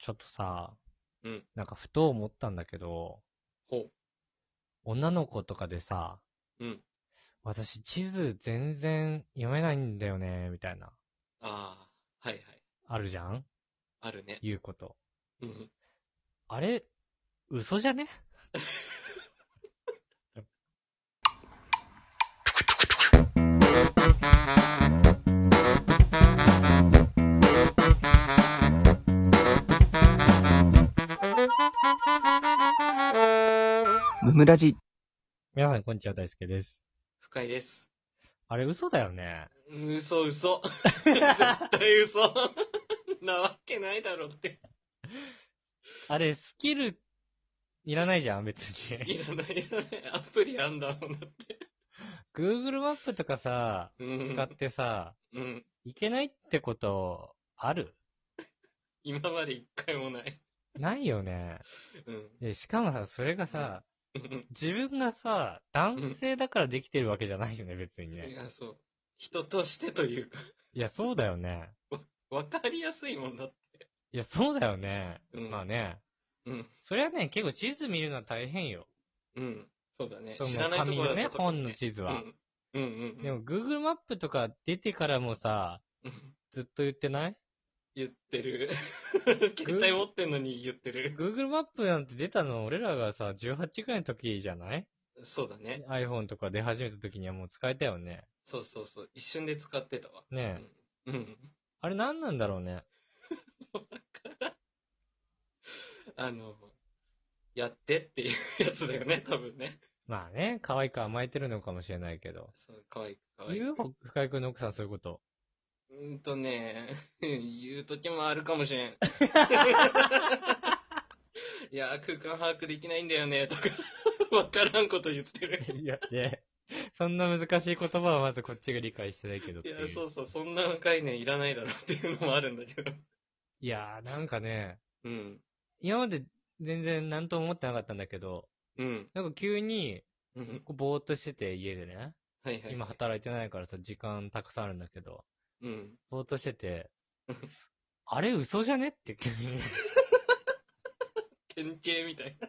ちょっとさ、 うん。 なんかふと思ったんだけど、 ほ女の子とかでさ、 う。うん。 私地図全然読めないんだよね、みたいな、 ああ、はいはい。 あるじゃんあるね。 言うこと。 うん。 あれ、嘘じゃね？ ムムラジ。 皆さんこんにちは、大輔です。 深いです。 あれ嘘だよね。 嘘。絶対嘘。なわけないだろって。 あれ、スキルいらないじゃん、別に。 いらない。アプリあんだもんだって。 Google マップとかさ、 う使っん。 てさ、 うん。 いけないってことある？ 今まで一回もない。 ないよね。 うん。 で、しかもさ、それがさ、 うん。 自分がさ、男うん。 性だからできてるわけじゃないよね、別にね。 いや、そう。人としてというか、 いや、そうだよね。 わかりやすいもんだって。 いや、そうだよね。 うん。 まあね。 うん。 それはね、結構地図見るのは大変よ。 うん。そうだね。 その知らないところだ紙のね、本のと特にね。 地図は。 うん。 でも Google マップとか出てからもさ、 うん。 ずっと言ってない？ 言ってる。携帯 Google 持ってんのに言ってる。 Google マップなんて出たの俺らがさ、18くらいの時じゃない？ そうだね。 iPhone とか出始めた時にはもう使えたよね。 そう。一瞬で使ってたわ。 ねえ。 うん。うん。 あれ何なんだろうね。 あの、やってっていうやつだよね、多分ね。 まあね、可愛く甘えてるのかもしれないけど。 そう、かわいく。 言う？深井くんの奥さんそういうこと。 言う時もあるかもしれん。いや、空間把握できないんだよね、とか、わからんこと言ってる。 いや、ね、そんな難しい言葉はまずこっちが理解してないけどっていや、 いう。 そんな概念いらないだろうっていうのもあるんだけど。 いやー、なんかね、 うん。 今まで全然何とも思ってなかったんだけど、 うん。 なんか急に、 うん。 こうぼーっとしてて家でね、 はいはい。 今働いてないからさ、時間たくさんあるんだけど、 うん。 ぼーっとしてて、あれ嘘じゃねって急に典型みたいな。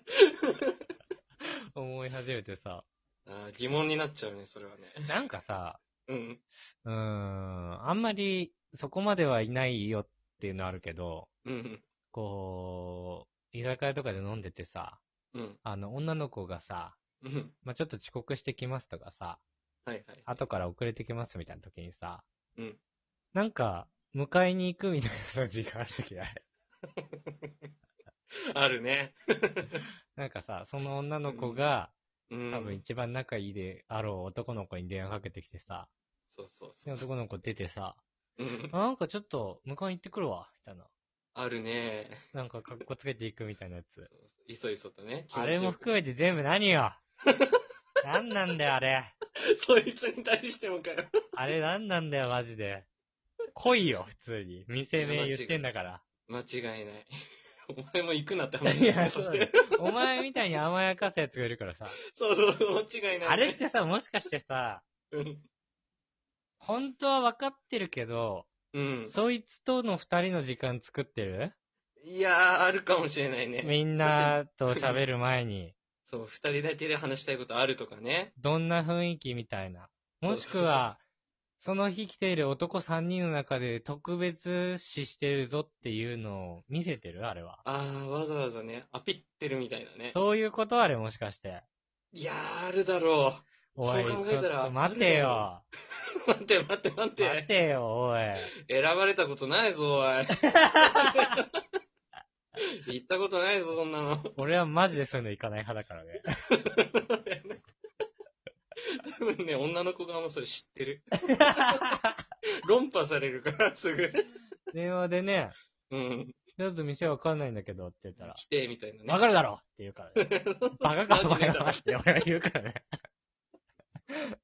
思い始めてさ、 疑問になっちゃうね、それはね。 なんかさ、 うん。 あんまりそこまではいないよっていうのあるけど、 うん。 こう、居酒屋とかで飲んでてさ、 うん。 女の子がさ、 うん。 まあ、ちょっと遅刻してきますとかさ、 はいはい。 後から遅れてきますみたいな時にさ、 うん。 なんか、迎えに行くみたいなさ時間ある時ある。 あるね。 なんかさ、その女の子が、 うん。 多分一番仲いいであろう男の子に電話かけてきてさ、で、 そう。 男の子出てさ、 うん。 なんかちょっと迎えに行ってくるわ、みたいな。 あるね。 なんか格好つけていくみたいなやつ。 いそいそとね、気あれも持ちよく。 含めて全部何よ？なんなんだよ、あれ。 そいつに対してもかよ。 あれなんなんだよ、マジで。来いよ、普通に。店いや名言ってんだから。 間違いない。お前も行くなって話いだよね、 や、 そして。 お前みたいに甘やかすやつがいるからさ。 間違いない。 あれってさ、もしかしてさ、 うん。 本当は分かってるけど、 うん。 そいつとの二人の時間作ってる？ いやー、あるかもしれないね。 みんなと喋る前に。 そう、二人だけで話したいことあるとかね。 どんな雰囲気みたいな。もしくは、その日来ている男3人の中で特別視してるぞっていうのを見せてる？あれは。 わざわざね、アピってるみたいなね。 そういうこと？あれもしかして。 いやー、あるだろう。そうおい、 考えたら、 ちょっと待てよ。 待て。 待てよ、おい。 選ばれたことないぞ、おい。行ったことないぞ、そんなの。 俺はマジでそういうの行かない派だからね。 多分ね、女の子側もそれ知ってる。論破されるから、すぐ。 電話でね、 うん。 ちょっと店わかんないんだけどって言ったら、 来て、みたいなね。 わかるだろって言うからね。バカかお前マジでだはって俺は言うからね。 確か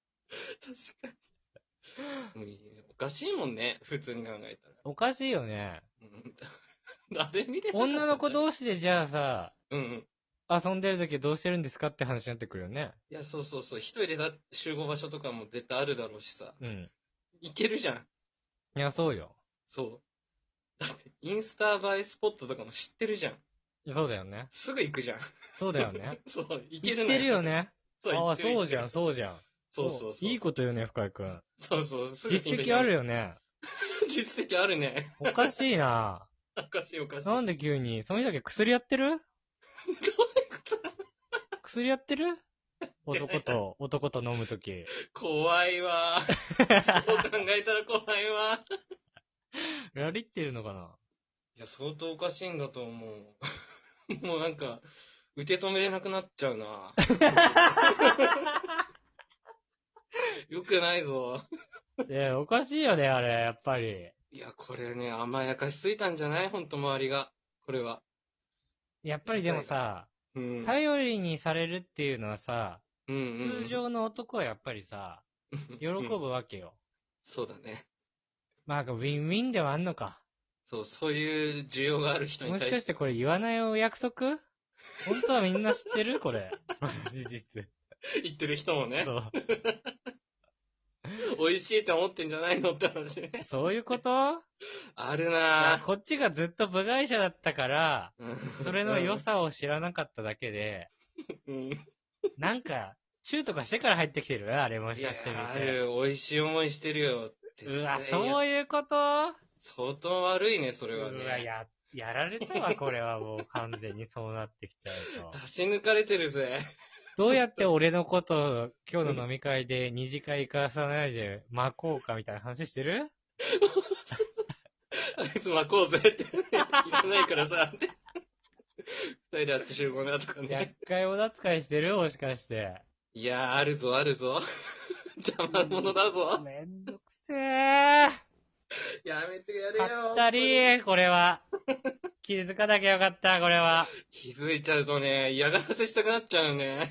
に。おかしいもんね、普通に考えたら。 おかしいよね。 あれ見てなかった女の子同士でじゃあさ、 うん。 遊んでる時どうしてるんですかって話になってくるよね。 いや、そう。一人で集合場所とかも絶対あるだろうしさ。 うん。 行けるじゃん。 いや、そうよ。 そう。 インスタ映えスポットとかも知ってるじゃん。 そうだよね。 すぐ行くじゃん。 そうだよね。 そう、行けるの言ってるよね。 そう、 ああ、 行ってるそうじゃん、 行ってるそうじゃん。 そうそうそう。 いいこと言うね、深井くん。 そうそう、すぐ実績あるよね。 実績あるね。 おかしいな。 おかしいおかしい。 なんで急に、その人だけ薬やってる薬やってる男と飲むとき。 怖いわ。そう考えたら怖いわ。 やりってるのかないや、相当おかしいんだと思う。もうなんか、受け止めれなくなっちゃうな。よくないぞ。 いや、おかしいよね、あれ、やっぱり。 いや、これね、甘やかしすぎたんじゃないほんと周りが。これは。 やっぱりでもさ、 うん。 頼りにされるっていうのはさ、 うんうんうん、 通常の男はやっぱりさ、喜ぶわけよ。 そうだね。 まあ、ウィンウィンではあんのか。 そう、そういう需要がある人にも対して。 しかしてこれ言わないお約束本当はみんな知ってるこれ。事実。 言ってる人もね。 そう。 美味しいって思ってんじゃないのって話ね。 そういうことあるなぁ。 こっちがずっと部外者だったから、 うんそれの良さを知らなかっただけで、 うん。 なんか、チューとかしてから入ってきてるあれもしいやかしてみあて。 る。美味しい思いしてるよ。 うわ、そういうこと相当悪いね、それはね。 うわ、やられたわ、これはもう完全にそうなってきちゃうと。 出し抜かれてるぜ。 どうやって俺のことを今日の飲み会で二次会行かさないで巻こうかみたいな話してるあいつ巻こうぜって。いらないからさ。二人であっち集合なとかね。 厄介おだつかいしてるもしかして。 いやー、あるぞ、あるぞ。邪魔者だぞ。 めんどくせー。 やめてやれよ。 かったりー、これは。気づかなきゃよかった、これは。 気づいちゃうとね、嫌がらせしたくなっちゃうね。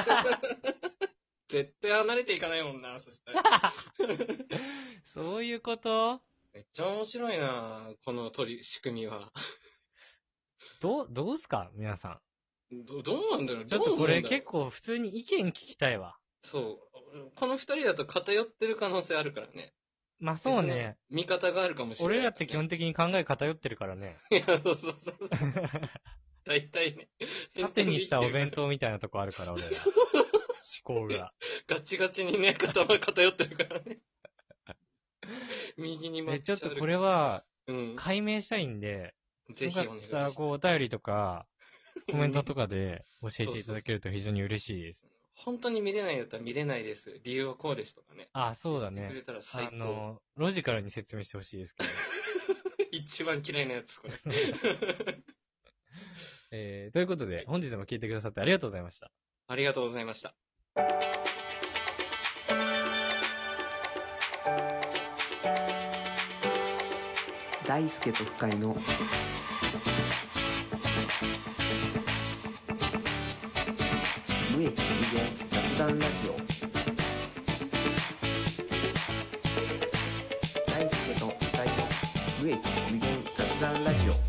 絶対離れていかないもんな、そしたら。 そういうことめっちゃ面白いな、この仕組みは。 どうすか皆さどうなんだろう。 ん。ちょっとこれ結構。 構普通に意見聞きたいわ。 そう。この二人だと偏ってる可能性あるからね。 まあそうね。 見方があるかもしれない、 俺らって基本的に考え偏ってるからね。 いや、そうそうそう。大体ね。 縦にしたお弁当みたいなとこあるから、俺ら。思考が。 ガチガチにね、偏ってるからね。右にちょっとこれは、 うん。 解明したいんで、 ぜひお願いします。 こう、お便りとか、コメントとかで教えていただけると非常に嬉しいです。 本当に見れないんだったら見れないです。理由はこうですとかね。 あ、そうだね言ってくれ。たら最高。 ロジカルに説明してほしいですけど。 一番嫌いなやつ、これ。 ということで、本日も聞いてくださってありがとうございました。 ありがとうございました。 大輔と深井の無益無限雑談ラジオ。大輔と深井の無益無限雑談ラジオ。